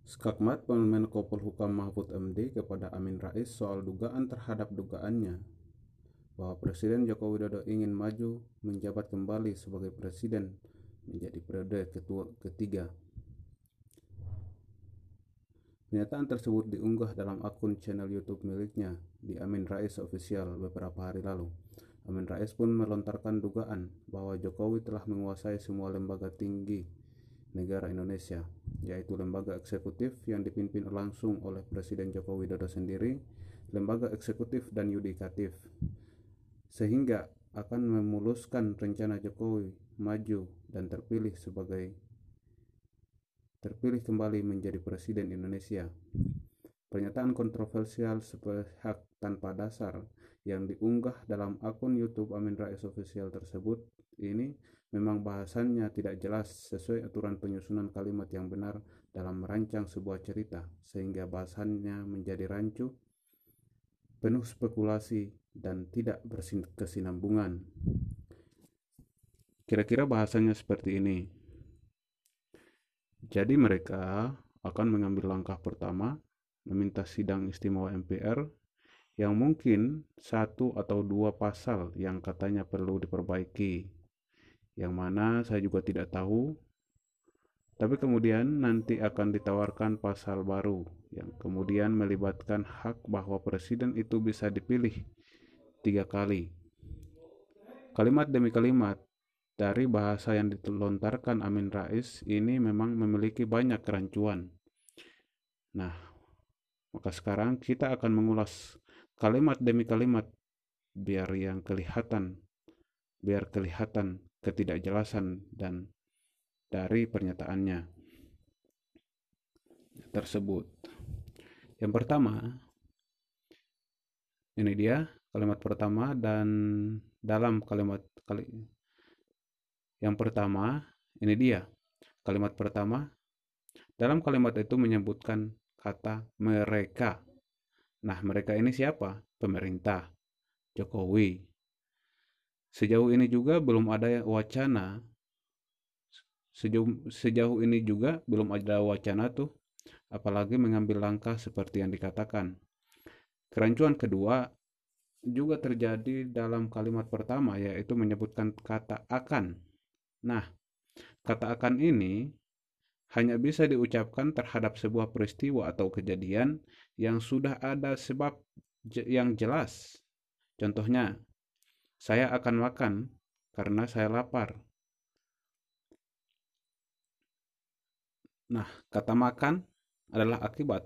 Skakmat Menko Polhukam Mahfud MD kepada Amin Rais soal dugaan terhadap dugaannya bahwa Presiden Joko Widodo ingin maju menjabat kembali sebagai presiden menjadi periode ketiga. Pernyataan tersebut diunggah dalam akun channel YouTube miliknya di Amin Rais Official beberapa hari lalu. Amin Rais pun melontarkan dugaan bahwa Jokowi telah menguasai semua lembaga tinggi negara Indonesia, yaitu lembaga eksekutif yang dipimpin langsung oleh Presiden Joko Widodo sendiri, lembaga eksekutif dan yudikatif, sehingga akan memuluskan rencana Jokowi maju dan terpilih kembali menjadi Presiden Indonesia. Pernyataan kontroversial sepihak tanpa dasar yang diunggah dalam akun YouTube Amin Rais Official tersebut ini memang bahasannya tidak jelas sesuai aturan penyusunan kalimat yang benar dalam merancang sebuah cerita, sehingga bahasannya menjadi rancu, penuh spekulasi, dan tidak berkesinambungan. Kira-kira bahasanya seperti ini. Jadi mereka akan mengambil langkah pertama, meminta sidang istimewa MPR yang mungkin 1 atau 2 pasal yang katanya perlu diperbaiki, yang mana saya juga tidak tahu. Tapi kemudian nanti akan ditawarkan pasal baru yang kemudian melibatkan hak bahwa presiden itu bisa dipilih 3 kali. Kalimat demi kalimat dari bahasa yang dilontarkan Amin Rais ini memang memiliki banyak kerancuan. Nah, maka sekarang kita akan mengulas kalimat demi kalimat biar kelihatan ketidakjelasan dan dari pernyataannya tersebut. Yang pertama, ini dia kalimat pertama, dan dalam yang pertama, ini dia kalimat pertama. Dalam kalimat itu menyebutkan kata mereka. Nah, mereka ini siapa? Pemerintah, Jokowi. Sejauh ini juga belum ada wacana. Sejauh ini juga belum ada wacana tuh, apalagi mengambil langkah seperti yang dikatakan. Kerancuan kedua juga terjadi dalam kalimat pertama, yaitu menyebutkan kata akan. Nah, kata akan ini hanya bisa diucapkan terhadap sebuah peristiwa atau kejadian yang sudah ada sebab yang jelas. Contohnya, saya akan makan karena saya lapar. Nah, kata makan adalah akibat,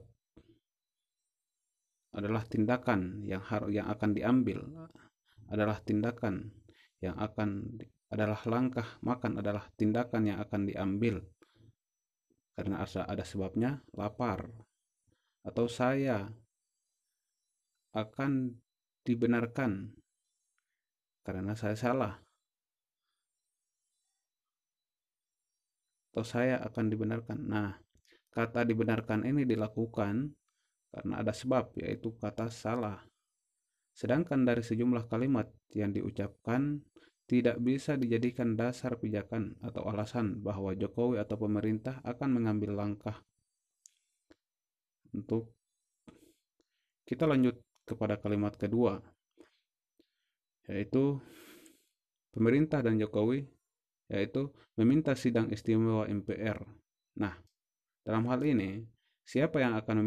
adalah tindakan yang akan diambil, adalah tindakan yang adalah langkah. Makan adalah tindakan yang akan diambil karena ada sebabnya, lapar. Atau saya akan dibenarkan karena saya salah. Atau saya akan dibenarkan. Nah, kata dibenarkan ini dilakukan karena ada sebab, yaitu kata salah. Sedangkan dari sejumlah kalimat yang diucapkan tidak bisa dijadikan dasar pijakan atau alasan bahwa Jokowi atau pemerintah akan mengambil langkah. Untuk kita lanjut kepada kalimat kedua, yaitu pemerintah dan Jokowi, yaitu meminta sidang istimewa MPR. Nah, dalam hal ini siapa yang akan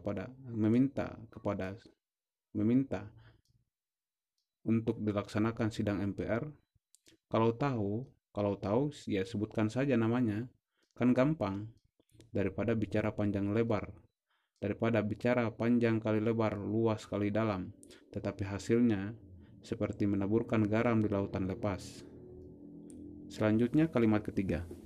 meminta untuk dilaksanakan sidang MPR? Kalau tahu ya sebutkan saja namanya, kan gampang, daripada bicara panjang lebar, daripada bicara panjang kali lebar, luas kali dalam, tetapi hasilnya seperti menaburkan garam di lautan lepas. Selanjutnya kalimat ketiga.